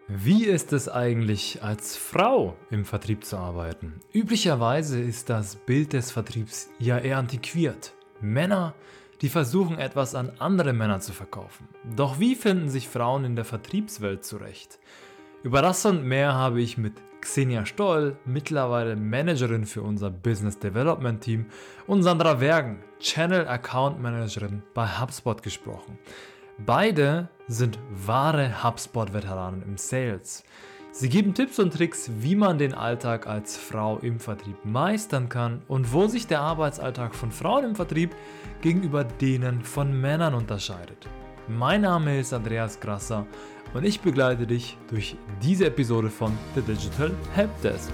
Wie ist es eigentlich, als Frau im Vertrieb zu arbeiten? Üblicherweise ist das Bild des Vertriebs ja eher antiquiert. Männer, die versuchen etwas an andere Männer zu verkaufen. Doch wie finden sich Frauen in der Vertriebswelt zurecht? Über das und mehr habe ich mit Xenia Stoll, mittlerweile Managerin für unser Business Development Team, und Sandra Wergen, Channel Account Managerin bei HubSpot gesprochen. Beide sind wahre HubSpot-Veteranen im Sales. Sie geben Tipps und Tricks, wie man den Alltag als Frau im Vertrieb meistern kann und wo sich der Arbeitsalltag von Frauen im Vertrieb gegenüber denen von Männern unterscheidet. Mein Name ist Andreas Grasser und ich begleite dich durch diese Episode von The Digital Helpdesk.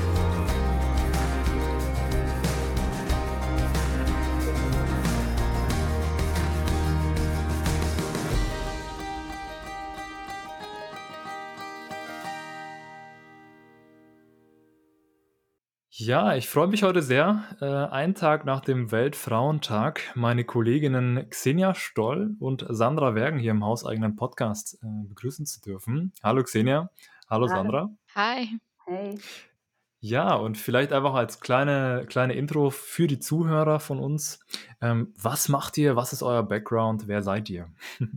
Ja, ich freue mich heute sehr, einen Tag nach dem Weltfrauentag meine Kolleginnen Xenia Stoll und Sandra Wergen hier im hauseigenen Podcast begrüßen zu dürfen. Hallo Xenia, hallo Hallo. Sandra. Hi. Hey. Ja, und vielleicht einfach als kleine Intro für die Zuhörer von uns. Was macht ihr? Was ist euer Background? Wer seid ihr?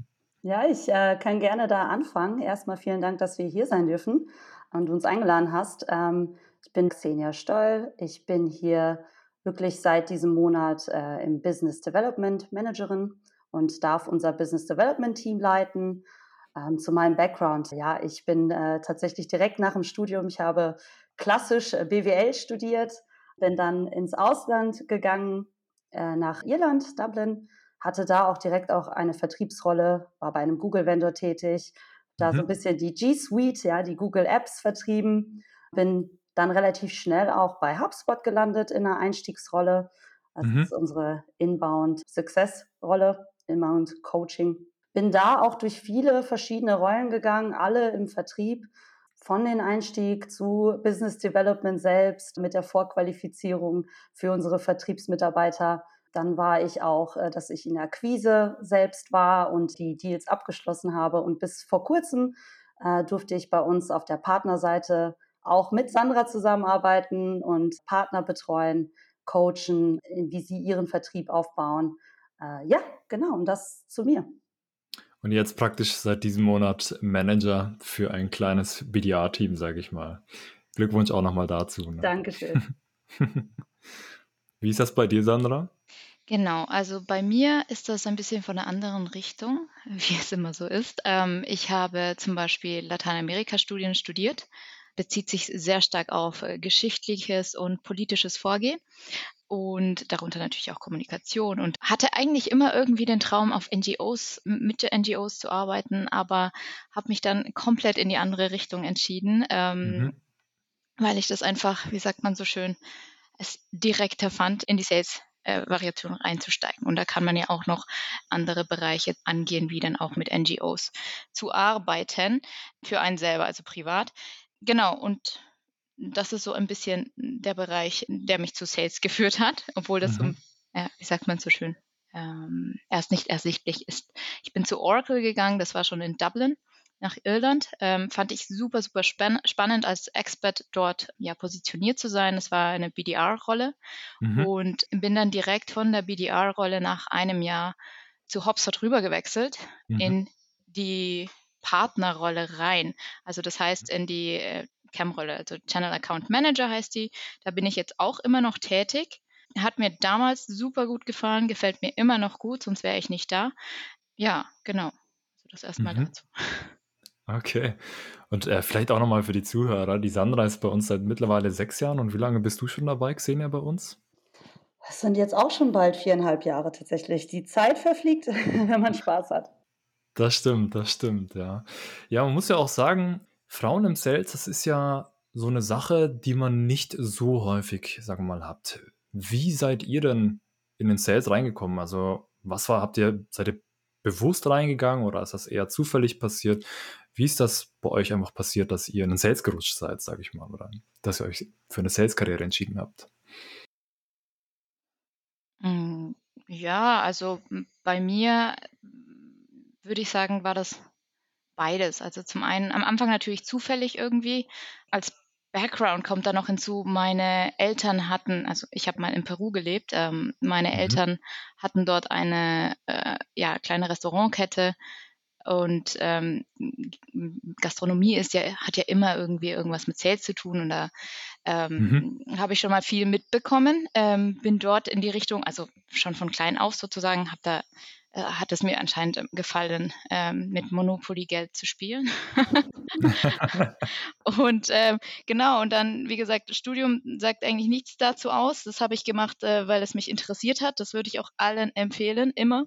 Ja, ich kann gerne da anfangen. Erstmal vielen Dank, dass wir hier sein dürfen und du uns eingeladen hast. Ich bin Xenia Stoll. Ich bin hier wirklich seit diesem Monat im Business Development Managerin und darf unser Business Development Team leiten. Zu meinem Background. Ja, ich bin tatsächlich direkt nach dem Studium, ich habe klassisch BWL studiert, bin dann ins Ausland gegangen, nach Irland, Dublin, hatte da auch direkt auch eine Vertriebsrolle, war bei einem Google-Vendor tätig, da so ein Mhm. bisschen die G Suite, ja, die Google Apps vertrieben, bin dann relativ schnell auch bei HubSpot gelandet in 'ner Einstiegsrolle. Das ist Mhm. unsere Inbound-Success-Rolle, Inbound-Coaching. Bin da auch durch viele verschiedene Rollen gegangen, alle im Vertrieb, von den Einstieg zu Business Development selbst mit der Vorqualifizierung für unsere Vertriebsmitarbeiter. Dann war ich auch, dass ich in der Akquise selbst war und die Deals abgeschlossen habe. Und bis vor Kurzem durfte ich bei uns auf der Partnerseite auch mit Sandra zusammenarbeiten und Partner betreuen, coachen, wie sie ihren Vertrieb aufbauen. Ja, genau, und das zu mir. Und jetzt praktisch seit diesem Monat Manager für ein kleines BDA-Team, sage ich mal. Glückwunsch auch nochmal dazu. Ne? Dankeschön. Wie ist das bei dir, Sandra? Genau, also bei mir ist das ein bisschen von 'ner anderen Richtung, wie es immer so ist. Ich habe zum Beispiel Lateinamerika-Studien studiert, bezieht sich sehr stark auf, geschichtliches und politisches Vorgehen und darunter natürlich auch Kommunikation und hatte eigentlich immer irgendwie den Traum, auf NGOs mit NGOs zu arbeiten, aber habe mich dann komplett in die andere Richtung entschieden, Mhm. weil ich das einfach, wie sagt man so schön, es direkter fand, in die Sales Variation einzusteigen. Und da kann man ja auch noch andere Bereiche angehen, wie dann auch mit NGOs zu arbeiten für einen selber, also privat. Genau, und das ist so ein bisschen der Bereich, der mich zu Sales geführt hat, obwohl das so, Mhm. wie sagt man so schön, erst nicht ersichtlich ist. Ich bin zu Oracle gegangen, das war schon in Dublin nach Irland. Fand ich super, super spannend, als Expert dort ja positioniert zu sein. Das war eine BDR-Rolle Mhm. und bin dann direkt von der BDR-Rolle nach einem Jahr zu HubSpot rüber gewechselt Mhm. in die Partnerrolle rein. Also das heißt in die CAM-Rolle, also Channel Account Manager heißt die. Da bin ich jetzt auch immer noch tätig. Hat mir damals super gut gefallen, gefällt mir immer noch gut, sonst wäre ich nicht da. Ja, genau. Also das erstmal Mhm. dazu. Okay. Und vielleicht auch nochmal für die Zuhörer. Die Sandra ist bei uns seit mittlerweile 6 Jahren. Und wie lange bist du schon dabei, Xenia, bei uns? Das sind jetzt auch schon bald 4,5 Jahre tatsächlich. Die Zeit verfliegt, wenn man Spaß hat. Das stimmt, ja. Ja, man muss ja auch sagen, Frauen im Sales, das ist ja so eine Sache, die man nicht so häufig, sagen wir mal, hat. Wie seid ihr denn in den Sales reingekommen? Also, seid ihr bewusst reingegangen oder ist das eher zufällig passiert? Wie ist das bei euch einfach passiert, dass ihr in den Sales gerutscht seid, sage ich mal, oder dass ihr euch für eine Sales-Karriere entschieden habt? Hm, ja, also, bei mir, würde ich sagen, war das beides. Also zum einen am Anfang natürlich zufällig irgendwie. Als Background kommt da noch hinzu, meine Eltern hatten, also ich habe mal in Peru gelebt, meine Mhm. Eltern hatten dort eine kleine Restaurantkette und Gastronomie hat ja immer irgendwie irgendwas mit Sales zu tun und da Mhm. habe ich schon mal viel mitbekommen, bin dort in die Richtung, also schon von klein auf sozusagen, hat es mir anscheinend gefallen, mit Monopoly Geld zu spielen. Und genau, und dann, wie gesagt, das Studium sagt eigentlich nichts dazu aus. Das habe ich gemacht, weil es mich interessiert hat. Das würde ich auch allen empfehlen, immer.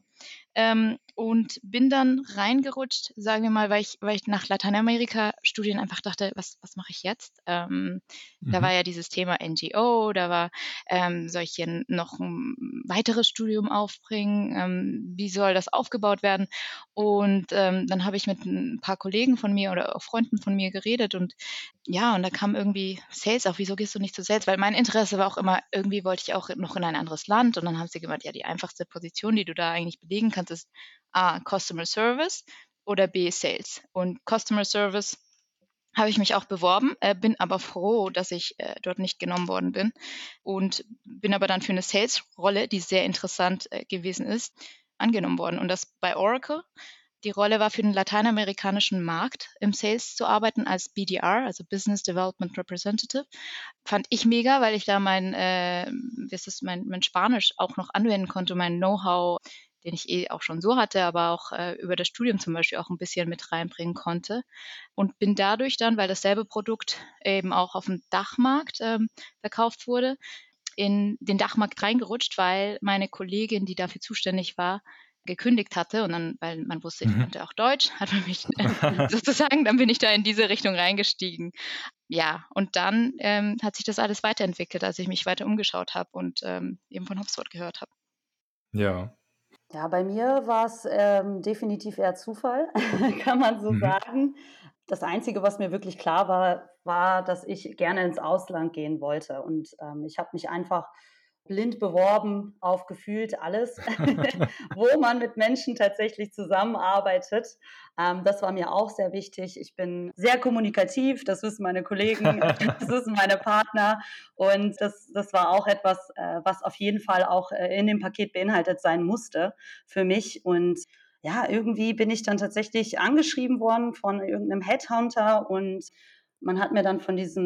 Und bin dann reingerutscht, sagen wir mal, weil ich nach Lateinamerika Studien einfach dachte, was mache ich jetzt? Da war Mhm. ja dieses Thema NGO, da war, soll ich hier noch ein weiteres Studium aufbringen? Wie soll das aufgebaut werden? Und dann habe ich mit ein paar Kollegen von mir oder auch Freunden von mir geredet und ja, und da kam irgendwie Sales auf. Wieso gehst du nicht zu Sales? Weil mein Interesse war auch immer, irgendwie wollte ich auch noch in ein anderes Land. Und dann haben sie gemeint, ja, die einfachste Position, die du da eigentlich belegen kannst, ist A, Customer Service oder B, Sales. Und Customer Service habe ich mich auch beworben, bin aber froh, dass ich dort nicht genommen worden bin und bin aber dann für eine Sales-Rolle, die sehr interessant gewesen ist, angenommen worden. Und das bei Oracle. Die Rolle war für den lateinamerikanischen Markt im Sales zu arbeiten als BDR, also Business Development Representative. Fand ich mega, weil ich da mein Spanisch auch noch anwenden konnte, mein Know-how, den ich auch schon so hatte, aber auch über das Studium zum Beispiel auch ein bisschen mit reinbringen konnte. Und bin dadurch dann, weil dasselbe Produkt eben auch auf dem Dachmarkt verkauft wurde, in den Dachmarkt reingerutscht, weil meine Kollegin, die dafür zuständig war, gekündigt hatte und dann, weil man wusste, ich Mhm. konnte auch Deutsch, hat man mich sozusagen, dann bin ich da in diese Richtung reingestiegen. Ja, und dann hat sich das alles weiterentwickelt, als ich mich weiter umgeschaut habe und eben von HubSpot gehört habe. Ja. Ja, bei mir war's, definitiv eher Zufall, kann man so Mhm. sagen. Das Einzige, was mir wirklich klar war, war, dass ich gerne ins Ausland gehen wollte und, ich habe mich einfach blind beworben auf gefühlt alles, wo man mit Menschen tatsächlich zusammenarbeitet. Das war mir auch sehr wichtig. Ich bin sehr kommunikativ, das wissen meine Kollegen, das wissen meine Partner und das war auch etwas, was auf jeden Fall auch, in dem Paket beinhaltet sein musste für mich. Und ja, irgendwie bin ich dann tatsächlich angeschrieben worden von irgendeinem Headhunter und man hat mir dann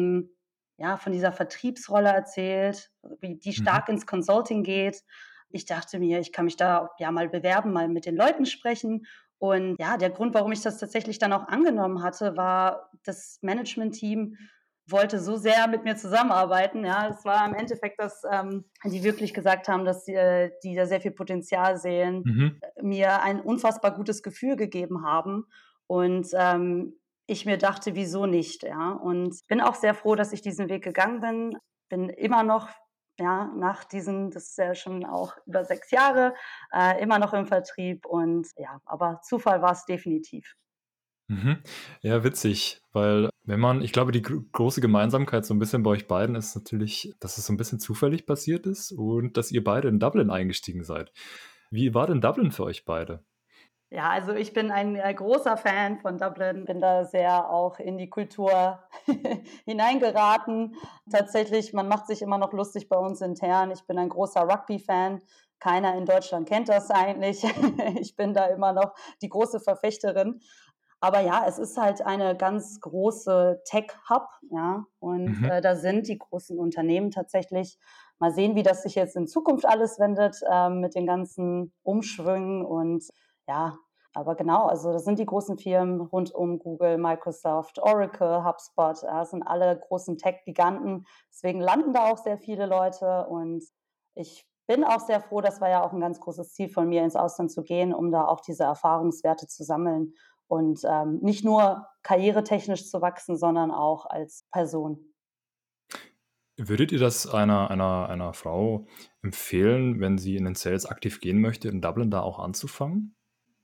von dieser Vertriebsrolle erzählt, wie die Mhm. stark ins Consulting geht. Ich dachte mir, ich kann mich da ja mal bewerben, mal mit den Leuten sprechen. Und ja, der Grund, warum ich das tatsächlich dann auch angenommen hatte, war, das Management-Team wollte so sehr mit mir zusammenarbeiten. Ja, es war im Endeffekt, dass die wirklich gesagt haben, dass die da sehr viel Potenzial sehen, Mhm. mir ein unfassbar gutes Gefühl gegeben haben. Und ich mir dachte, wieso nicht, ja? Und bin auch sehr froh, dass ich diesen Weg gegangen bin. Bin immer noch, ja, nach diesen, das ist ja schon auch über 6 Jahre, immer noch im Vertrieb und ja, aber Zufall war es definitiv. Mhm. Ja, witzig, weil wenn man ich glaube, die große Gemeinsamkeit so ein bisschen bei euch beiden ist natürlich, dass es so ein bisschen zufällig passiert ist und dass ihr beide in Dublin eingestiegen seid. Wie war denn Dublin für euch beide? Ja, also ich bin ein, großer Fan von Dublin, bin da sehr auch in die Kultur hineingeraten. Tatsächlich, man macht sich immer noch lustig bei uns intern. Ich bin ein großer Rugby-Fan. Keiner in Deutschland kennt das eigentlich. Ich bin da immer noch die große Verfechterin. Aber ja, es ist halt eine ganz große Tech-Hub, ja, und, Mhm. da sind die großen Unternehmen tatsächlich. Mal sehen, wie das sich jetzt in Zukunft alles wendet, mit den ganzen Umschwüngen und ja, aber genau, also das sind die großen Firmen rund um Google, Microsoft, Oracle, HubSpot, das sind alle großen Tech-Giganten. Deswegen landen da auch sehr viele Leute und ich bin auch sehr froh, das war ja auch ein ganz großes Ziel von mir, ins Ausland zu gehen, um da auch diese Erfahrungswerte zu sammeln und, nicht nur karrieretechnisch zu wachsen, sondern auch als Person. Würdet ihr das einer Frau empfehlen, wenn sie in den Sales aktiv gehen möchte, in Dublin da auch anzufangen?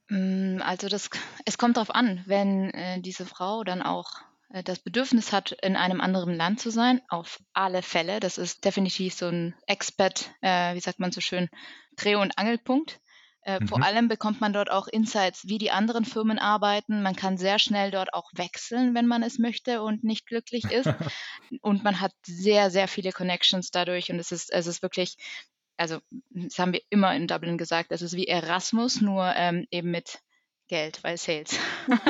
Also es kommt drauf an, wenn diese Frau dann auch das Bedürfnis hat, in einem anderen Land zu sein, auf alle Fälle. Das ist definitiv so ein Expat, wie sagt man so schön, Dreh- und Angelpunkt. Vor Mhm. allem bekommt man dort auch Insights, wie die anderen Firmen arbeiten. Man kann sehr schnell dort auch wechseln, wenn man es möchte und nicht glücklich ist. Und man hat sehr, sehr viele Connections dadurch. Und es ist wirklich, also das haben wir immer in Dublin gesagt, es ist wie Erasmus, nur eben mit Geld, weil Sales.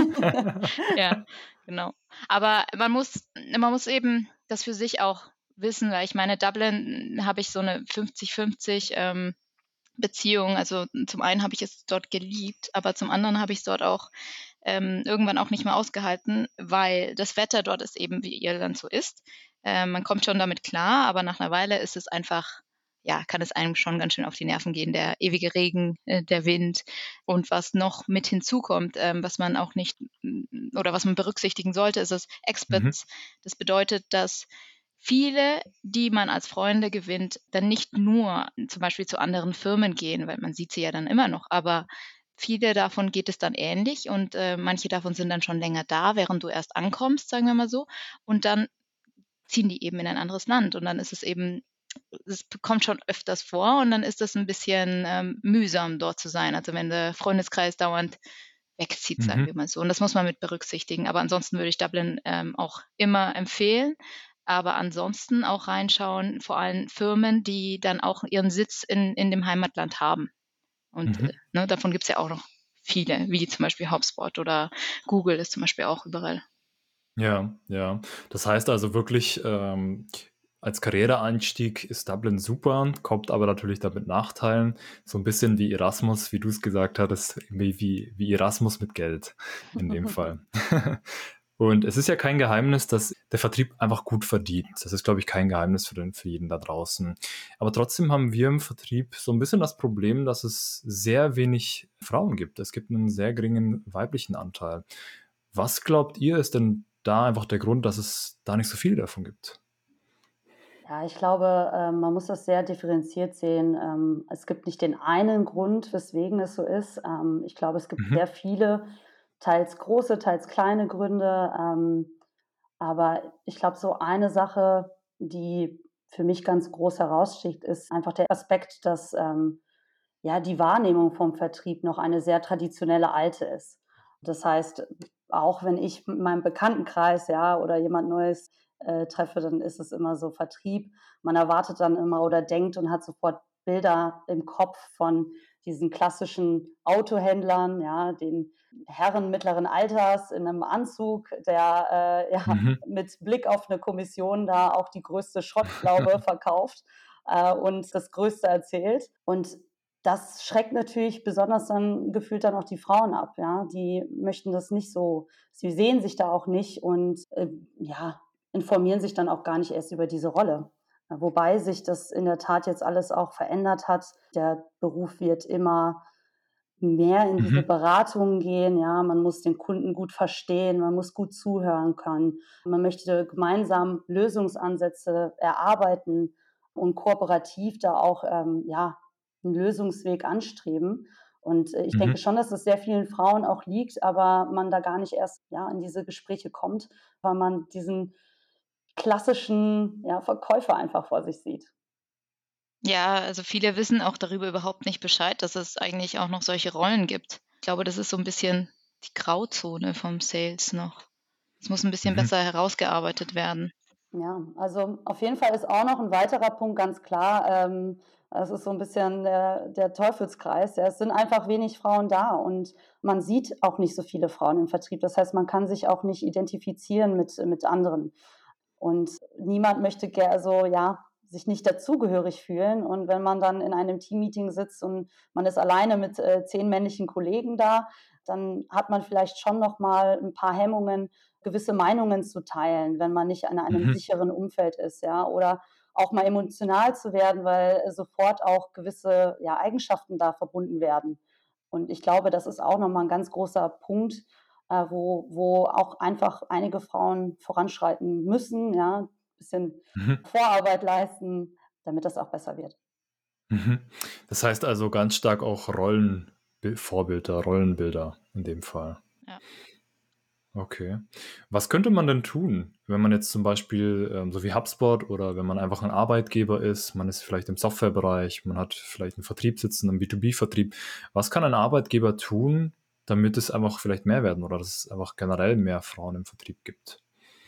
Ja, genau. Aber man muss eben das für sich auch wissen, weil ich meine, Dublin habe ich so eine 50-50 Beziehung. Also zum einen habe ich es dort geliebt, aber zum anderen habe ich es dort auch irgendwann auch nicht mehr ausgehalten, weil das Wetter dort ist eben, wie Irland so ist. Man kommt schon damit klar, aber nach einer Weile ist es einfach, ja, kann es einem schon ganz schön auf die Nerven gehen, der ewige Regen, der Wind und was noch mit hinzukommt, was man auch nicht oder was man berücksichtigen sollte, ist das Mhm. Expats. Das bedeutet, dass viele, die man als Freunde gewinnt, dann nicht nur zum Beispiel zu anderen Firmen gehen, weil man sieht sie ja dann immer noch, aber viele davon geht es dann ähnlich und manche davon sind dann schon länger da, während du erst ankommst, sagen wir mal so. Und dann ziehen die eben in ein anderes Land und dann ist es eben, es kommt schon öfters vor und dann ist es ein bisschen mühsam, dort zu sein. Also wenn der Freundeskreis dauernd wegzieht, sagen Mhm. wir mal so. Und das muss man mit berücksichtigen. Aber ansonsten würde ich Dublin auch immer empfehlen. Aber ansonsten auch reinschauen, vor allem Firmen, die dann auch ihren Sitz in dem Heimatland haben. Und Mhm. ne, davon gibt es ja auch noch viele, wie zum Beispiel HubSpot oder Google ist zum Beispiel auch überall. Ja, ja. Das heißt also wirklich, als Karriereeinstieg ist Dublin super, kommt aber natürlich dann mit Nachteilen. So ein bisschen wie Erasmus, wie du es gesagt hattest, wie Erasmus mit Geld in dem Fall. Und es ist ja kein Geheimnis, dass der Vertrieb einfach gut verdient. Das ist, glaube ich, kein Geheimnis für jeden da draußen. Aber trotzdem haben wir im Vertrieb so ein bisschen das Problem, dass es sehr wenig Frauen gibt. Es gibt einen sehr geringen weiblichen Anteil. Was glaubt ihr, ist denn da einfach der Grund, dass es da nicht so viele davon gibt? Ja, ich glaube, man muss das sehr differenziert sehen. Es gibt nicht den einen Grund, weswegen es so ist. Ich glaube, es gibt Mhm. sehr viele, teils große, teils kleine Gründe. Aber ich glaube, so eine Sache, die für mich ganz groß heraussticht, ist einfach der Aspekt, dass ja die Wahrnehmung vom Vertrieb noch eine sehr traditionelle alte ist. Das heißt, auch wenn ich mit meinem Bekanntenkreis, ja, oder jemand Neues treffe, dann ist es immer so Vertrieb. Man erwartet dann immer oder denkt und hat sofort Bilder im Kopf von diesen klassischen Autohändlern, ja, den Herren mittleren Alters in einem Anzug, der ja Mhm. mit Blick auf eine Kommission da auch die größte Schrottflaube verkauft und das Größte erzählt. Und das schreckt natürlich besonders dann gefühlt dann auch die Frauen ab, ja. Die möchten das nicht so, sie sehen sich da auch nicht und ja, informieren sich dann auch gar nicht erst über diese Rolle. Wobei sich das in der Tat jetzt alles auch verändert hat. Der Beruf wird immer mehr in diese Mhm. Beratungen gehen, ja. Man muss den Kunden gut verstehen, man muss gut zuhören können. Man möchte gemeinsam Lösungsansätze erarbeiten und kooperativ da auch, ja, 'n Lösungsweg anstreben. Und ich denke Mhm. schon, dass es sehr vielen Frauen auch liegt, aber man da gar nicht erst, ja, in diese Gespräche kommt, weil man diesen klassischen, ja, Verkäufer einfach vor sich sieht. Ja, also viele wissen auch darüber überhaupt nicht Bescheid, dass es eigentlich auch noch solche Rollen gibt. Ich glaube, das ist so ein bisschen die Grauzone vom Sales noch. Es muss ein bisschen Mhm. besser herausgearbeitet werden. Ja, also auf jeden Fall ist auch noch ein weiterer Punkt ganz klar, es ist so ein bisschen der Teufelskreis. Ja, es sind einfach wenig Frauen da und man sieht auch nicht so viele Frauen im Vertrieb. Das heißt, man kann sich auch nicht identifizieren mit anderen. Und niemand möchte also, ja, sich nicht dazugehörig fühlen. Und wenn man dann in einem Teammeeting sitzt und man ist alleine mit 10 männlichen Kollegen da, dann hat man vielleicht schon noch mal ein paar Hemmungen, gewisse Meinungen zu teilen, wenn man nicht in einem Mhm. sicheren Umfeld ist, ja, oder auch mal emotional zu werden, weil sofort auch gewisse, ja, Eigenschaften da verbunden werden. Und ich glaube, das ist auch noch mal 'n ganz großer Punkt, wo auch einfach einige Frauen voranschreiten müssen, ja, bisschen Mhm. Vorarbeit leisten, damit das auch besser wird. Mhm. Das heißt also ganz stark auch Rollenbilder in dem Fall. Ja. Okay. Was könnte man denn tun, wenn man jetzt zum Beispiel, so wie HubSpot oder wenn man einfach ein Arbeitgeber ist, man ist vielleicht im Softwarebereich, man hat vielleicht einen Vertrieb sitzen, einen B2B-Vertrieb. Was kann ein Arbeitgeber tun, damit es einfach vielleicht mehr werden oder dass es einfach generell mehr Frauen im Vertrieb gibt?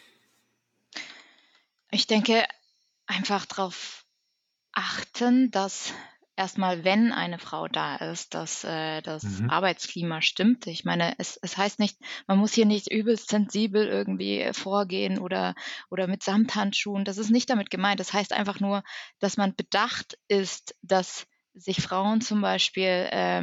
Ich denke, einfach darauf achten, dass erstmal, wenn eine Frau da ist, dass, das Mhm, Arbeitsklima stimmt. Ich meine, es heißt nicht, man muss hier nicht übelst sensibel irgendwie, vorgehen oder mit Samthandschuhen. Das ist nicht damit gemeint. Das heißt einfach nur, dass man bedacht ist, dass sich Frauen zum Beispiel,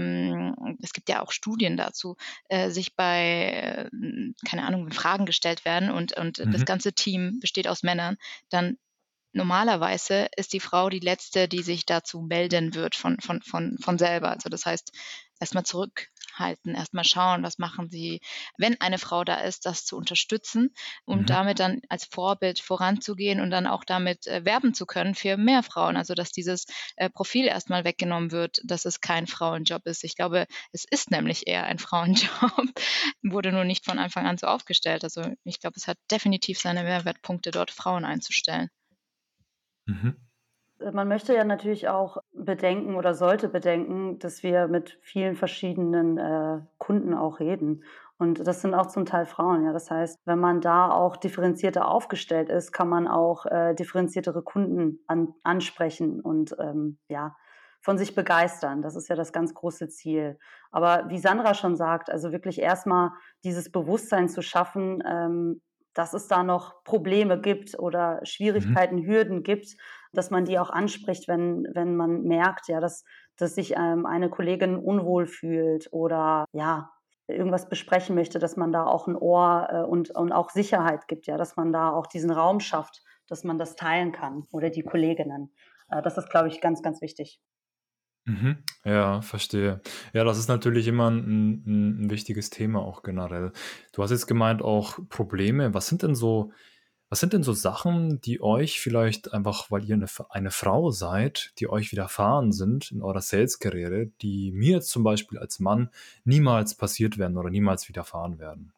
es gibt ja auch Studien dazu, sich bei, keine Ahnung, wenn Fragen gestellt werden und das mhm, ganze Team besteht aus Männern, dann normalerweise ist die Frau die Letzte, die sich dazu melden wird von selber. Also, das heißt, erstmal zurückhalten, erstmal schauen, was machen sie, wenn eine Frau da ist, das zu unterstützen, um mhm, damit dann als Vorbild voranzugehen und dann auch damit, werben zu können für mehr Frauen. Also, dass dieses, Profil erstmal weggenommen wird, dass es kein Frauenjob ist. Ich glaube, es ist nämlich eher ein Frauenjob, wurde nur nicht von Anfang an so aufgestellt. Also, ich glaube, es hat definitiv seine Mehrwertpunkte, dort Frauen einzustellen. mhm, Man möchte ja natürlich auch bedenken oder sollte bedenken, dass wir mit vielen verschiedenen, Kunden auch reden. Und das sind auch zum Teil Frauen, ja. Das heißt, wenn man da auch differenzierter aufgestellt ist, kann man auch, differenziertere Kunden ansprechen und, ja, von sich begeistern. Das ist ja das ganz große Ziel. Aber wie Sandra schon sagt, also wirklich erstmal dieses Bewusstsein zu schaffen, dass es da noch Probleme gibt oder mhm. Schwierigkeiten, Hürden gibt, dass man die auch anspricht, wenn man merkt, ja, dass sich, eine Kollegin unwohl fühlt oder, ja, irgendwas besprechen möchte, dass man da auch ein Ohr, und auch Sicherheit gibt, ja, dass man da auch diesen Raum schafft, dass man das teilen kann oder die Kolleginnen. Das ist, glaube ich, ganz, ganz wichtig. Mhm. Ja, verstehe. Ja, das ist natürlich immer ein wichtiges Thema auch generell. Du hast jetzt gemeint auch Probleme. Was sind denn so Sachen, die euch vielleicht einfach, weil ihr eine Frau seid, die euch widerfahren sind in eurer Sales-Karriere, die mir jetzt zum Beispiel als Mann niemals passiert werden oder niemals widerfahren werden?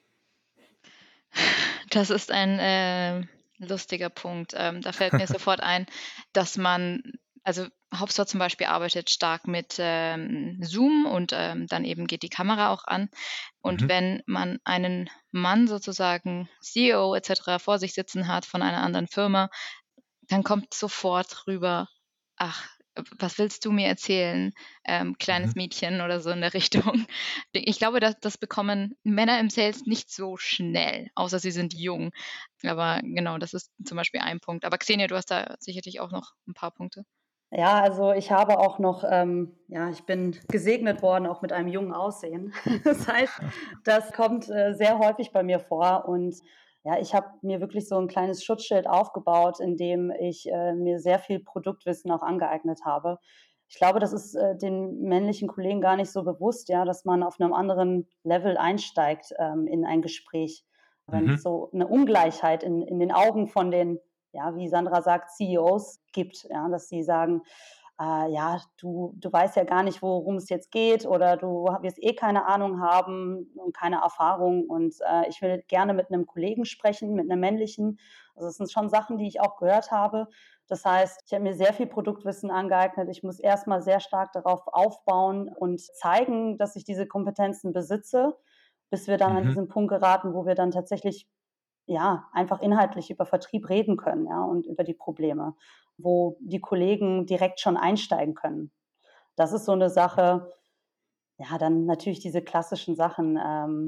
Das ist ein, lustiger Punkt. Da fällt mir sofort ein, dass man also, HubSpot zum Beispiel arbeitet stark mit, Zoom und, dann eben geht die Kamera auch an. Und Mhm. wenn man einen Mann sozusagen, CEO et cetera, vor sich sitzen hat von einer anderen Firma, dann kommt sofort rüber: „Ach, was willst du mir erzählen, Mhm. kleines Mädchen?“ oder so in der Richtung. Ich glaube, das bekommen Männer im Sales nicht so schnell, außer sie sind jung. Aber genau, das ist zum Beispiel ein Punkt. Aber Xenia, du hast da sicherlich auch noch ein paar Punkte. Ja, also ich habe auch noch, ja, ich bin gesegnet worden auch mit einem jungen Aussehen. Das heißt, das kommt, sehr häufig bei mir vor und ja, ich habe mir wirklich so ein kleines Schutzschild aufgebaut, in dem ich, mir sehr viel Produktwissen auch angeeignet habe. Ich glaube, das ist, den männlichen Kollegen gar nicht so bewusst, ja, dass man auf einem anderen Level einsteigt, in ein Gespräch. Wenn es Mhm. so eine Ungleichheit in den Augen von den, ja, wie Sandra sagt, CEOs gibt, ja, dass sie sagen, ja, du weißt ja gar nicht, worum es jetzt geht oder du wirst eh keine Ahnung haben und keine Erfahrung und ich will gerne mit einem Kollegen sprechen, mit einem männlichen. Also das sind schon Sachen, die ich auch gehört habe. Das heißt, ich habe mir sehr viel Produktwissen angeeignet. Ich muss erstmal sehr stark darauf aufbauen und zeigen, dass ich diese Kompetenzen besitze, bis wir dann an Mhm. diesen Punkt geraten, wo wir dann tatsächlich, ja, einfach inhaltlich über Vertrieb reden können, ja, und über die Probleme, wo die Kollegen direkt schon einsteigen können. Das ist so 'ne Sache. Ja, dann natürlich diese klassischen Sachen.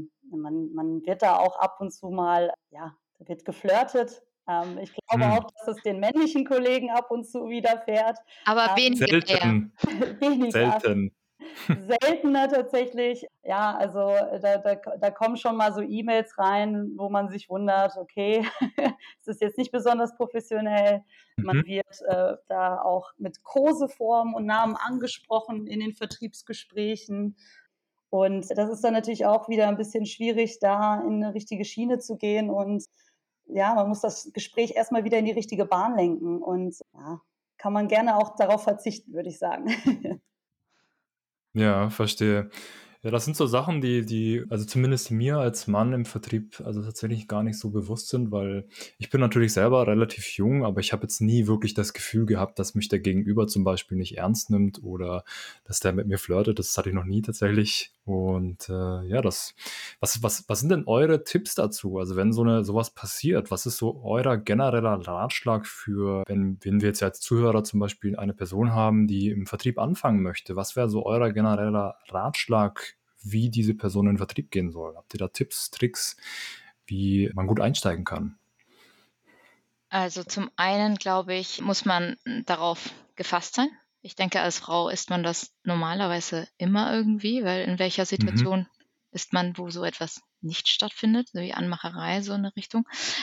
Man wird da auch ab und zu mal, ja, da wird geflirtet. Ich glaube Hm. auch, dass es den männlichen Kollegen ab und zu widerfährt. Aber weniger eher. Selten, Weniger. selten. Seltener tatsächlich. Ja, also, da kommen schon mal so E-Mails rein, wo man sich wundert: „Okay, es ist jetzt nicht besonders professionell.“ Man Mhm. wird, da auch mit Koseformen und Namen angesprochen in den Vertriebsgesprächen. Und das ist dann natürlich auch wieder 'n bisschen schwierig, da in 'ne richtige Schiene zu gehen und ja, man muss das Gespräch erst mal wieder in die richtige Bahn lenken und ja, kann man gerne auch darauf verzichten, würde ich sagen. Ja, verstehe. Ja, das sind so Sachen, die also zumindest mir als Mann im Vertrieb also tatsächlich gar nicht so bewusst sind, weil ich bin natürlich selber relativ jung, aber ich habe jetzt nie wirklich das Gefühl gehabt, dass mich der Gegenüber zum Beispiel nicht ernst nimmt oder dass der mit mir flirtet. Das hatte ich noch nie tatsächlich. Und ja, was sind denn eure Tipps dazu? Also wenn sowas passiert, was ist so euer genereller Ratschlag für, wenn wir jetzt als Zuhörer zum Beispiel eine Person haben, die im Vertrieb anfangen möchte? Was wäre so euer genereller Ratschlag, wie diese Person in den Vertrieb gehen soll? Habt ihr da Tipps, Tricks, wie man gut einsteigen kann? Also zum einen, glaube ich, muss man darauf gefasst sein. Ich denke, als Frau ist man das normalerweise immer irgendwie, weil in welcher Mhm. Situation ist man, wo so etwas nicht stattfindet, so wie Anmacherei, so in der Richtung.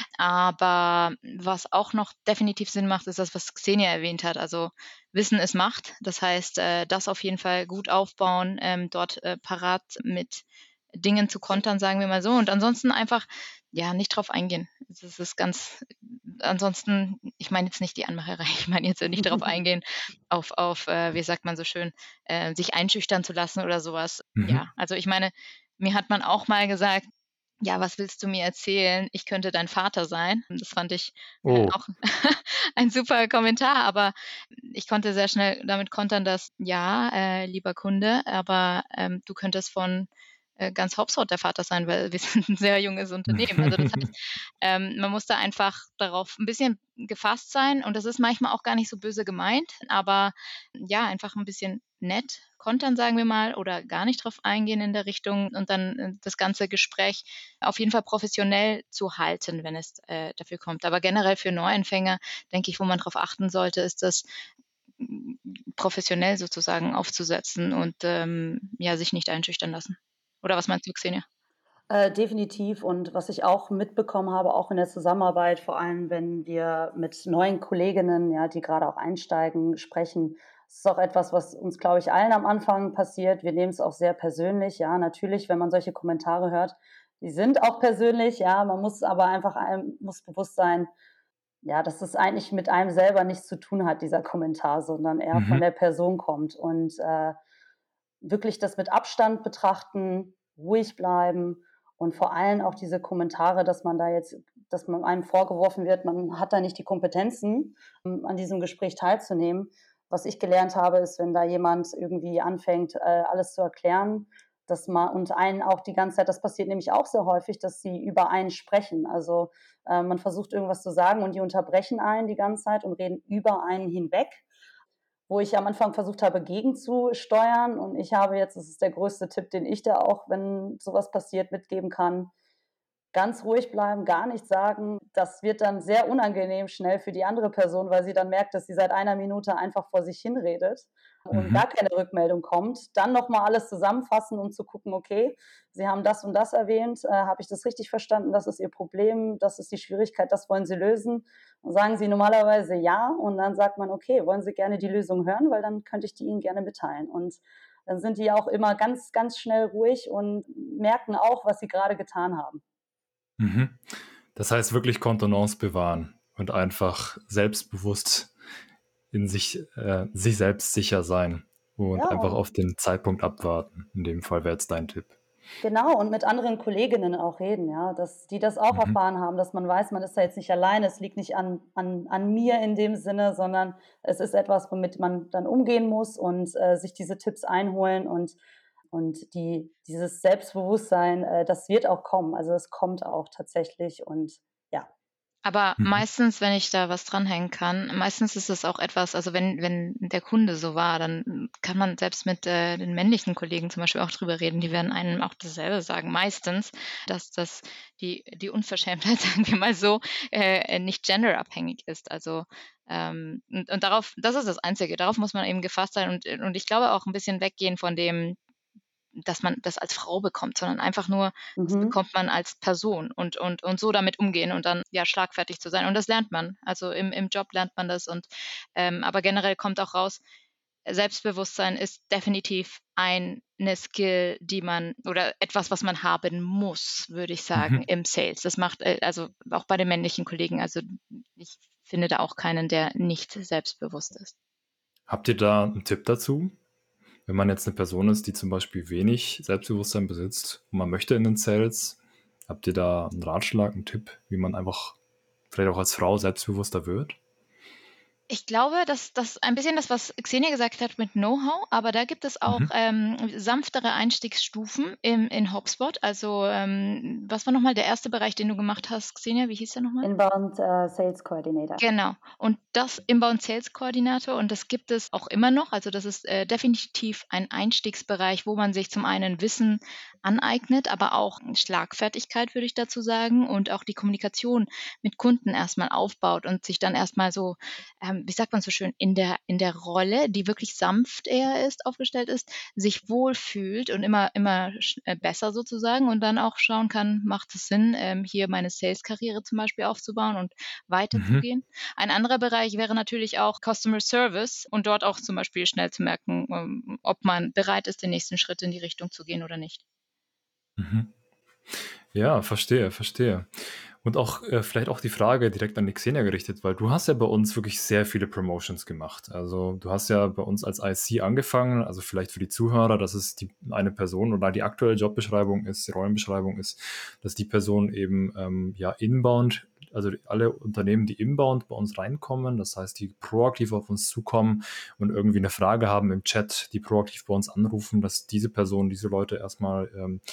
Aber was auch noch definitiv Sinn macht, ist das, was Xenia erwähnt hat. Also Wissen ist Macht. Das heißt, das auf jeden Fall gut aufbauen, dort parat mit Dingen zu kontern, sagen wir mal so. Und ansonsten einfach, ja, nicht drauf eingehen. Das ist ganz, ansonsten, ich meine jetzt nicht die Anmacherei, ich meine jetzt nicht darauf eingehen, auf wie sagt man so schön, sich einschüchtern zu lassen oder sowas. Ja, Mhm. also ich meine, mir hat man auch mal gesagt, ja, was willst du mir erzählen? Ich könnte dein Vater sein. Das fand ich Oh. auch ein super Kommentar, aber ich konnte sehr schnell damit kontern, dass ja, lieber Kunde, aber du könntest von ganz Hauptsache der Vater sein, weil wir sind ein sehr junges Unternehmen. Also das heißt, man muss da einfach darauf ein bisschen gefasst sein und das ist manchmal auch gar nicht so böse gemeint, aber ja, einfach ein bisschen nett kontern, sagen wir mal, oder gar nicht drauf eingehen in der Richtung und dann das ganze Gespräch auf jeden Fall professionell zu halten, wenn es dafür kommt. Aber generell für Neuanfänger denke ich, wo man darauf achten sollte, ist das professionell sozusagen aufzusetzen und ja, sich nicht einschüchtern lassen. Oder was meinst du, Xenia? Definitiv und was ich auch mitbekommen habe, auch in der Zusammenarbeit, vor allem wenn wir mit neuen Kolleginnen, ja, die gerade auch einsteigen, sprechen, ist auch etwas, was uns, glaube ich, allen am Anfang passiert. Wir nehmen es auch sehr persönlich, ja, natürlich, wenn man solche Kommentare hört, die sind auch persönlich, ja, man muss aber einfach einem muss bewusst sein, ja, dass es eigentlich mit einem selber nichts zu tun hat, dieser Kommentar, sondern eher von Mhm. der Person kommt und, wirklich das mit Abstand betrachten, ruhig bleiben und vor allem auch diese Kommentare, dass man einem vorgeworfen wird, man hat da nicht die Kompetenzen, an diesem Gespräch teilzunehmen. Was ich gelernt habe, ist, wenn da jemand irgendwie anfängt, alles zu erklären, dass man und einen auch die ganze Zeit das passiert nämlich auch sehr häufig, dass sie über einen sprechen. Also, man versucht irgendwas zu sagen und die unterbrechen einen die ganze Zeit und reden über einen hinweg, wo ich am Anfang versucht habe, gegenzusteuern. Und ich habe jetzt das ist der größte Tipp, den ich da auch, wenn sowas passiert, mitgeben kann: Ganz ruhig bleiben, gar nichts sagen. Das wird dann sehr unangenehm schnell für die andere Person, weil sie dann merkt, dass sie seit einer Minute einfach vor sich hinredet und Mhm. gar keine Rückmeldung kommt. Dann noch mal alles zusammenfassen, um zu gucken: „Okay, Sie haben das und das erwähnt. Habe ich das richtig verstanden? Das ist Ihr Problem, das ist die Schwierigkeit, das wollen Sie lösen?“ Dann sagen sie normalerweise ja und dann sagt man: „Okay, wollen Sie gerne die Lösung hören? Weil dann könnte ich die Ihnen gerne mitteilen.“ Und dann sind die auch immer ganz, ganz schnell ruhig und merken auch, was sie gerade getan haben. Mhm. Das heißt wirklich Kontenance bewahren und einfach selbstbewusst in sich selbst sicher sein und Ja, einfach und auf den Zeitpunkt abwarten. In dem Fall wäre jetzt dein Tipp. genau, und mit anderen Kolleginnen auch reden, ja, dass die das auch Mhm. erfahren haben, dass man weiß, man ist da jetzt nicht alleine. Es liegt nicht an mir in dem Sinne, sondern es ist etwas, womit man dann umgehen muss und, sich diese Tipps einholen und dieses Selbstbewusstsein, das wird auch kommen. Also, es kommt auch tatsächlich und ja. Aber Mhm. meistens, wenn ich da was dranhängen kann, meistens ist es auch etwas, also wenn der Kunde so war, dann kann man selbst mit den männlichen Kollegen zum Beispiel auch drüber reden. Die werden einem auch dasselbe sagen, meistens, dass das die Unverschämtheit, sagen wir mal so, nicht genderabhängig ist. Also und darauf, das ist das Einzige, darauf muss man eben gefasst sein und ich glaube auch ein bisschen weggehen von dem, dass man das als Frau bekommt, sondern einfach nur, das Mhm. bekommt man als Person und so damit umgehen und dann, ja, schlagfertig zu sein. Und das lernt man. Also, im Job lernt man das und, aber generell kommt auch raus, Selbstbewusstsein ist definitiv eine Skill, die man oder etwas, was man haben muss, würde ich sagen, Mhm. im Sales. Das macht, also auch bei den männlichen Kollegen, also ich finde da auch keinen, der nicht selbstbewusst ist. Habt ihr da einen Tipp dazu? Wenn man jetzt eine Person ist, die zum Beispiel wenig Selbstbewusstsein besitzt und man möchte in den Sales, habt ihr da einen Ratschlag, einen Tipp, wie man einfach vielleicht auch als Frau selbstbewusster wird? Ich glaube, dass das ein bisschen das, was Xenia gesagt hat mit Know-how, aber da gibt es auch Mhm. sanftere Einstiegsstufen in HubSpot. Also, was war nochmal der erste Bereich, den du gemacht hast, Xenia? Wie hieß der nochmal? Inbound Sales Coordinator. Genau. Und das Inbound Sales Koordinator, und das gibt es auch immer noch. Also das ist definitiv ein Einstiegsbereich, wo man sich zum einen Wissen aneignet, aber auch Schlagfertigkeit, würde ich dazu sagen, und auch die Kommunikation mit Kunden erstmal aufbaut und sich dann erstmal so, wie sagt man so schön, in der Rolle, die wirklich sanft eher ist, aufgestellt ist, sich wohlfühlt und immer besser sozusagen, und dann auch schauen kann, macht es Sinn, hier meine Sales-Karriere zum Beispiel aufzubauen und Mhm. weiterzugehen. Ein anderer Bereich wäre natürlich auch Customer Service und dort auch zum Beispiel schnell zu merken, ob man bereit ist, den nächsten Schritt in die Richtung zu gehen oder nicht. Mhm. Ja, verstehe, verstehe. Und auch vielleicht auch die Frage direkt an die Xenia gerichtet, weil du hast ja bei uns wirklich sehr viele Promotions gemacht. Also du hast ja bei uns als IC angefangen, also vielleicht für die Zuhörer, dass es die eine Person oder die aktuelle Jobbeschreibung ist, die Rollenbeschreibung ist, dass die Person eben ja inbound, also alle Unternehmen, die inbound bei uns reinkommen, das heißt, die proaktiv auf uns zukommen und irgendwie eine Frage haben im Chat, die proaktiv bei uns anrufen, dass diese Person, diese Leute erstmal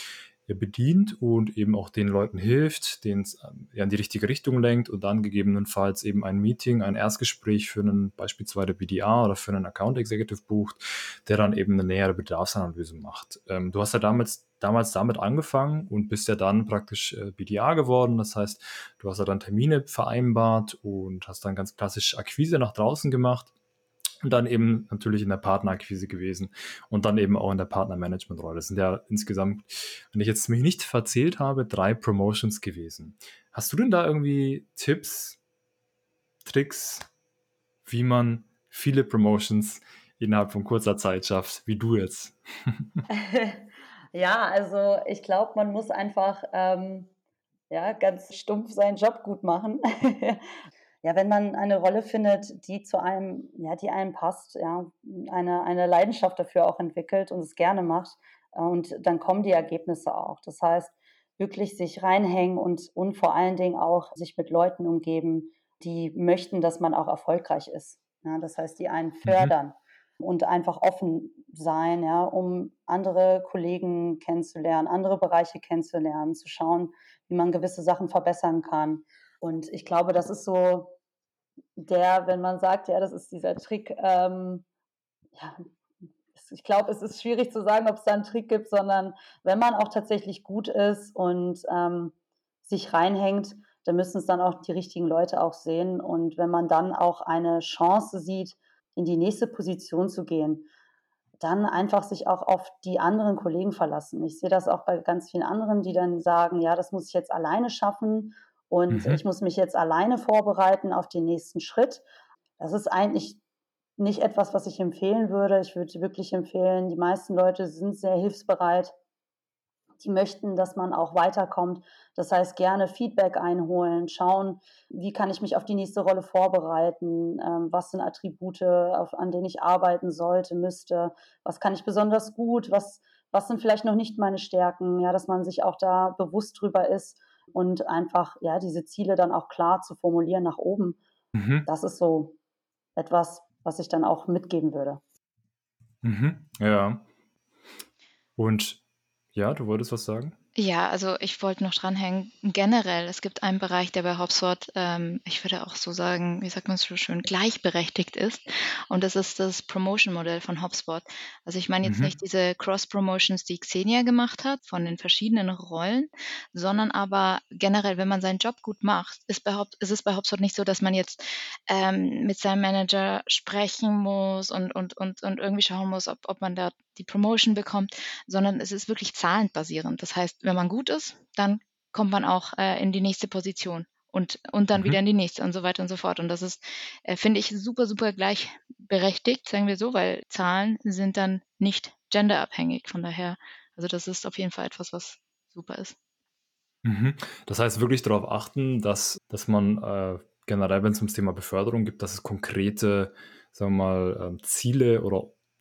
bedient und eben auch den Leuten hilft, denen es ja in die richtige Richtung lenkt und dann gegebenenfalls eben ein Meeting, ein Erstgespräch für einen beispielsweise BDA oder für einen Account Executive bucht, der dann eben eine nähere Bedarfsanalyse macht. Du hast ja damals damit angefangen und bist ja dann praktisch BDA geworden. Das heißt, du hast ja dann Termine vereinbart und hast dann ganz klassisch Akquise nach draußen gemacht. Und dann eben natürlich in der Partnerakquise gewesen und dann eben auch in der Partnermanagement-Rolle. Das sind ja insgesamt, wenn ich jetzt mich nicht verzählt habe, 3 Promotions gewesen. Hast du denn da irgendwie Tipps, Tricks, wie man viele Promotions innerhalb von kurzer Zeit schafft, wie du jetzt? Ja, also ich glaube, man muss einfach ja, ganz stumpf seinen Job gut machen. Ja, wenn man eine Rolle findet, die zu einem, ja, die einem passt, ja, eine Leidenschaft dafür auch entwickelt und es gerne macht, und dann kommen die Ergebnisse auch. Das heißt, wirklich sich reinhängen und vor allen Dingen auch sich mit Leuten umgeben, die möchten, dass man auch erfolgreich ist. Ja, das heißt, die einen Mhm. fördern und einfach offen sein, ja, um andere Kollegen kennenzulernen, andere Bereiche kennenzulernen, zu schauen, wie man gewisse Sachen verbessern kann. Und ich glaube, das ist so wenn man sagt, ja, das ist dieser Trick, ja, ich glaube, es ist schwierig zu sagen, ob es da einen Trick gibt, sondern wenn man auch tatsächlich gut ist und sich reinhängt, dann müssen es dann auch die richtigen Leute auch sehen. Und wenn man dann auch eine Chance sieht, in die nächste Position zu gehen, dann einfach sich auch auf die anderen Kollegen verlassen. Ich sehe das auch bei ganz vielen anderen, die dann sagen: „Ja, das muss ich jetzt alleine schaffen und Mhm. ich muss mich jetzt alleine vorbereiten auf den nächsten Schritt.“ Das ist eigentlich nicht etwas, was ich empfehlen würde. Ich würde wirklich empfehlen, die meisten Leute sind sehr hilfsbereit. Die möchten, dass man auch weiterkommt. Das heißt, gerne Feedback einholen, schauen, wie kann ich mich auf die nächste Rolle vorbereiten, was sind Attribute, an denen ich arbeiten sollte, müsste, was kann ich besonders gut, was sind vielleicht noch nicht meine Stärken, ja, dass man sich auch da bewusst drüber ist und einfach, ja, diese Ziele dann auch klar zu formulieren nach oben. Mhm. Das ist so etwas, was ich dann auch mitgeben würde. Mhm. Ja. Und ja, du wolltest was sagen? Ja, also ich wollte noch dranhängen, generell, es gibt einen Bereich, der bei HubSpot, ich würde auch so sagen, wie sagt man so schön, gleichberechtigt ist. Und das ist das Promotion-Modell von HubSpot. Also ich meine jetzt nicht Mhm. diese Cross-Promotions, die Xenia gemacht hat, von den verschiedenen Rollen, sondern aber generell, wenn man seinen Job gut macht, ist es bei HubSpot nicht so, dass man jetzt mit seinem Manager sprechen muss und irgendwie schauen muss, ob man da die Promotion bekommt, sondern es ist wirklich zahlenbasierend. Das heißt, wenn man gut ist, dann kommt man auch in die nächste Position und dann wieder Mhm. in die nächste und so weiter und so fort. Und das ist, finde ich, super, super gleichberechtigt, sagen wir so, weil Zahlen sind dann nicht genderabhängig. Von daher, also das ist auf jeden Fall etwas, was super ist. Mhm. Das heißt, wirklich darauf achten, dass man generell, wenn es ums Thema Beförderung gibt, dass es konkrete, sagen wir mal, Ziele oder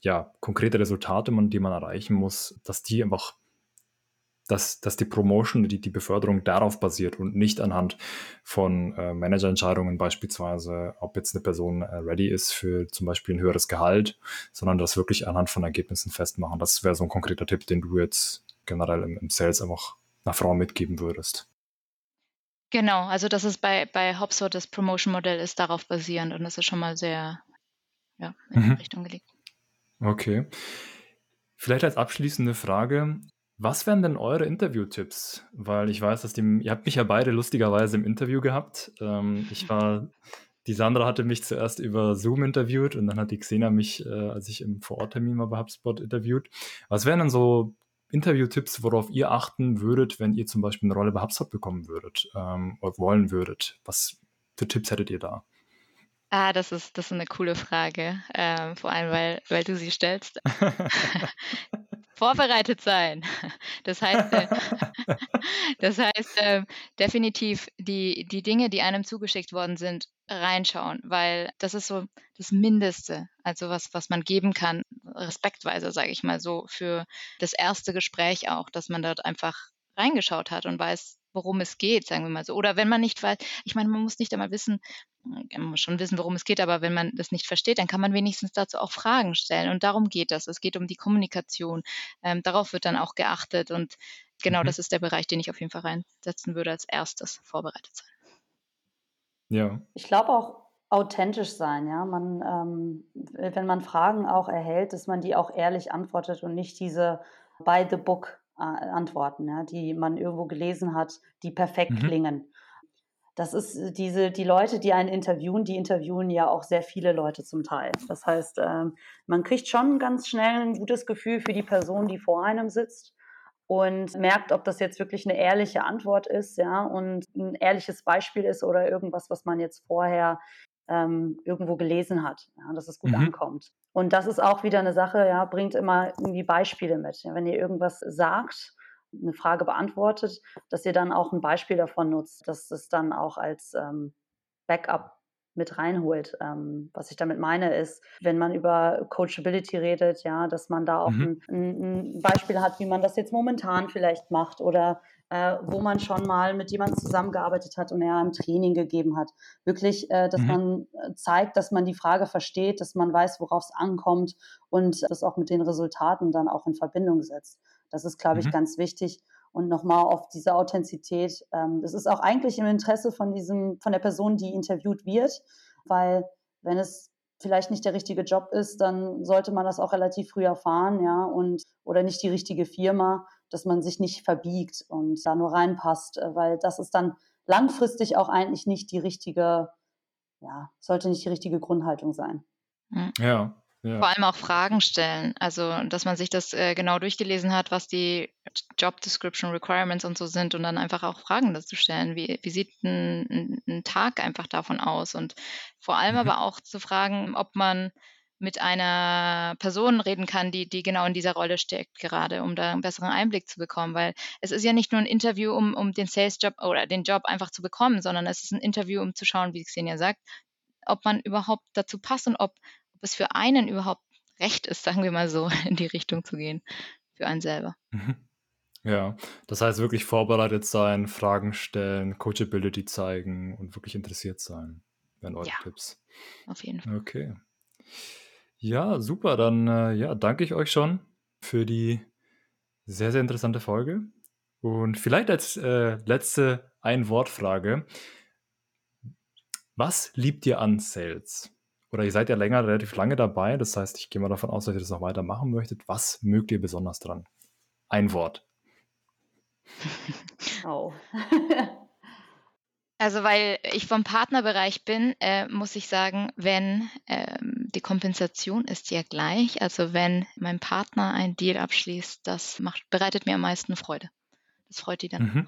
konkrete Resultate, die man erreichen muss, dass die einfach, dass die Promotion, die Beförderung darauf basiert und nicht anhand von Managerentscheidungen beispielsweise, ob jetzt eine Person ready ist für zum Beispiel ein höheres Gehalt, sondern das wirklich anhand von Ergebnissen festmachen. Das wäre so ein konkreter Tipp, den du jetzt generell im Sales einfach einer Frau mitgeben würdest. Genau, also das ist bei HubSpot, das Promotion-Modell ist darauf basierend und das ist schon mal sehr in die Richtung gelegt. Okay. Vielleicht als abschließende Frage, was wären denn eure Interviewtipps? Weil ich weiß, dass ihr habt mich ja beide lustigerweise im Interview gehabt. Die Sandra hatte mich zuerst über Zoom interviewt und dann hat die Xena mich, als ich im Vororttermin war bei HubSpot, interviewt. Was wären denn so Interviewtipps, worauf ihr achten würdet, wenn ihr zum Beispiel eine Rolle bei HubSpot bekommen würdet oder wollen würdet? Was für Tipps hättet ihr da? Das ist eine coole Frage, vor allem, weil du sie stellst. Vorbereitet sein. Das heißt, definitiv die Dinge, die einem zugeschickt worden sind, reinschauen, weil das ist so das Mindeste, also was man geben kann, respektweise, sage ich mal so, für das erste Gespräch auch, dass man dort einfach reingeschaut hat und weiß, worum es geht, sagen wir mal so. Oder wenn man nicht weiß, ich meine, man muss nicht einmal wissen, man muss schon wissen, worum es geht, aber wenn man das nicht versteht, dann kann man wenigstens dazu auch Fragen stellen. Und darum geht das. Es geht um die Kommunikation. Darauf wird dann auch geachtet. Und genau, das ist der Bereich, den ich auf jeden Fall reinsetzen würde als erstes, vorbereitet sein. Ja. Ich glaube auch authentisch sein, ja. Wenn man Fragen auch erhält, dass man die auch ehrlich antwortet und nicht diese by the book Antworten, ja, die man irgendwo gelesen hat, die perfekt klingen. Das ist die Leute, die einen interviewen, die interviewen ja auch sehr viele Leute zum Teil. Das heißt, man kriegt schon ganz schnell ein gutes Gefühl für die Person, die vor einem sitzt und merkt, ob das jetzt wirklich eine ehrliche Antwort ist, ja, und ein ehrliches Beispiel ist oder irgendwas, was man jetzt vorher irgendwo gelesen hat, ja, dass es gut ankommt. Und das ist auch wieder eine Sache, ja, bringt immer irgendwie Beispiele mit. Ja, wenn ihr irgendwas sagt, eine Frage beantwortet, dass ihr dann auch ein Beispiel davon nutzt, dass es dann auch als Backup mit reinholt. Was ich damit meine, ist, wenn man über Coachability redet, ja, dass man da auch ein Beispiel hat, wie man das jetzt momentan vielleicht macht oder wo man schon mal mit jemandem zusammengearbeitet hat und er ein Training gegeben hat. Wirklich, dass man zeigt, dass man die Frage versteht, dass man weiß, worauf es ankommt und das auch mit den Resultaten dann auch in Verbindung setzt. Das ist, glaube ich, ganz wichtig. Und nochmal auf diese Authentizität. Das ist auch eigentlich im Interesse von der Person, die interviewt wird, weil wenn es vielleicht nicht der richtige Job ist, dann sollte man das auch relativ früh erfahren, ja, oder nicht die richtige Firma, dass man sich nicht verbiegt und da nur reinpasst, weil das ist dann langfristig auch eigentlich sollte nicht die richtige Grundhaltung sein. Ja. Vor allem auch Fragen stellen, also dass man sich das genau durchgelesen hat, was die Job Description Requirements und so sind und dann einfach auch Fragen dazu stellen, wie sieht ein Tag einfach davon aus und vor allem aber auch zu fragen, ob man mit einer Person reden kann, die genau in dieser Rolle steckt gerade, um da einen besseren Einblick zu bekommen, weil es ist ja nicht nur ein Interview, um den Sales-Job oder den Job einfach zu bekommen, sondern es ist ein Interview, um zu schauen, wie Xenia sagt, ob man überhaupt dazu passt und ob es für einen überhaupt recht ist, sagen wir mal so, in die Richtung zu gehen, für einen selber. Ja, das heißt wirklich vorbereitet sein, Fragen stellen, Coachability zeigen und wirklich interessiert sein, wären eure Tipps. Auf jeden Fall. Okay. Ja, super, dann danke ich euch schon für die sehr, sehr interessante Folge. Und vielleicht als letzte Ein-Wort-Frage. Was liebt ihr an Sales? Oder ihr seid ja relativ lange dabei, das heißt, ich gehe mal davon aus, dass ihr das noch weiter machen möchtet. Was mögt ihr besonders dran? Ein Wort. Oh. Also weil ich vom Partnerbereich bin, muss ich sagen, wenn die Kompensation ist ja gleich, also wenn mein Partner einen Deal abschließt, das bereitet mir am meisten Freude. Das freut die dann.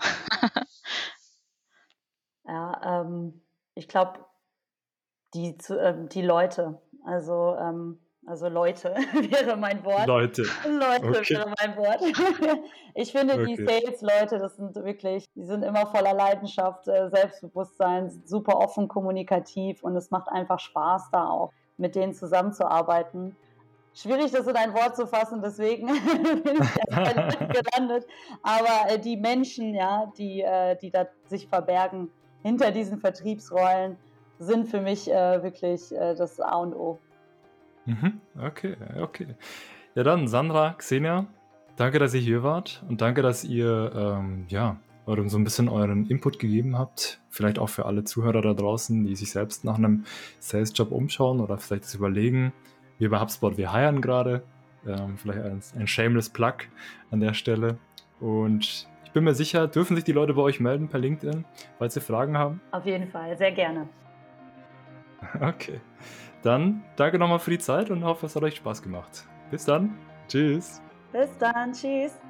Ja, ich glaube, die Leute, also Leute wäre mein Wort. Leute. Leute wäre mein Wort. Ich finde, die Sales-Leute, die sind immer voller Leidenschaft, Selbstbewusstsein, super offen kommunikativ und es macht einfach Spaß, da auch mit denen zusammenzuarbeiten. schwierig, das in ein Wort zu fassen, deswegen bin ich erst bei Leuten gelandet. Aber die Menschen, ja, die da sich verbergen hinter diesen Vertriebsrollen, sind für mich wirklich das A und O. Okay, okay. Ja dann, Sandra, Xenia, danke, dass ihr hier wart und danke, dass ihr so ein bisschen euren Input gegeben habt. Vielleicht auch für alle Zuhörer da draußen, die sich selbst nach einem Sales-Job umschauen oder vielleicht das überlegen. Wir bei HubSpot, wir hiren gerade. Vielleicht ein shameless Plug an der Stelle. Und ich bin mir sicher, dürfen sich die Leute bei euch melden per LinkedIn, falls sie Fragen haben? Auf jeden Fall, sehr gerne. Okay. Dann danke nochmal für die Zeit und hoffe, es hat euch Spaß gemacht. Bis dann. Tschüss. Bis dann, tschüss.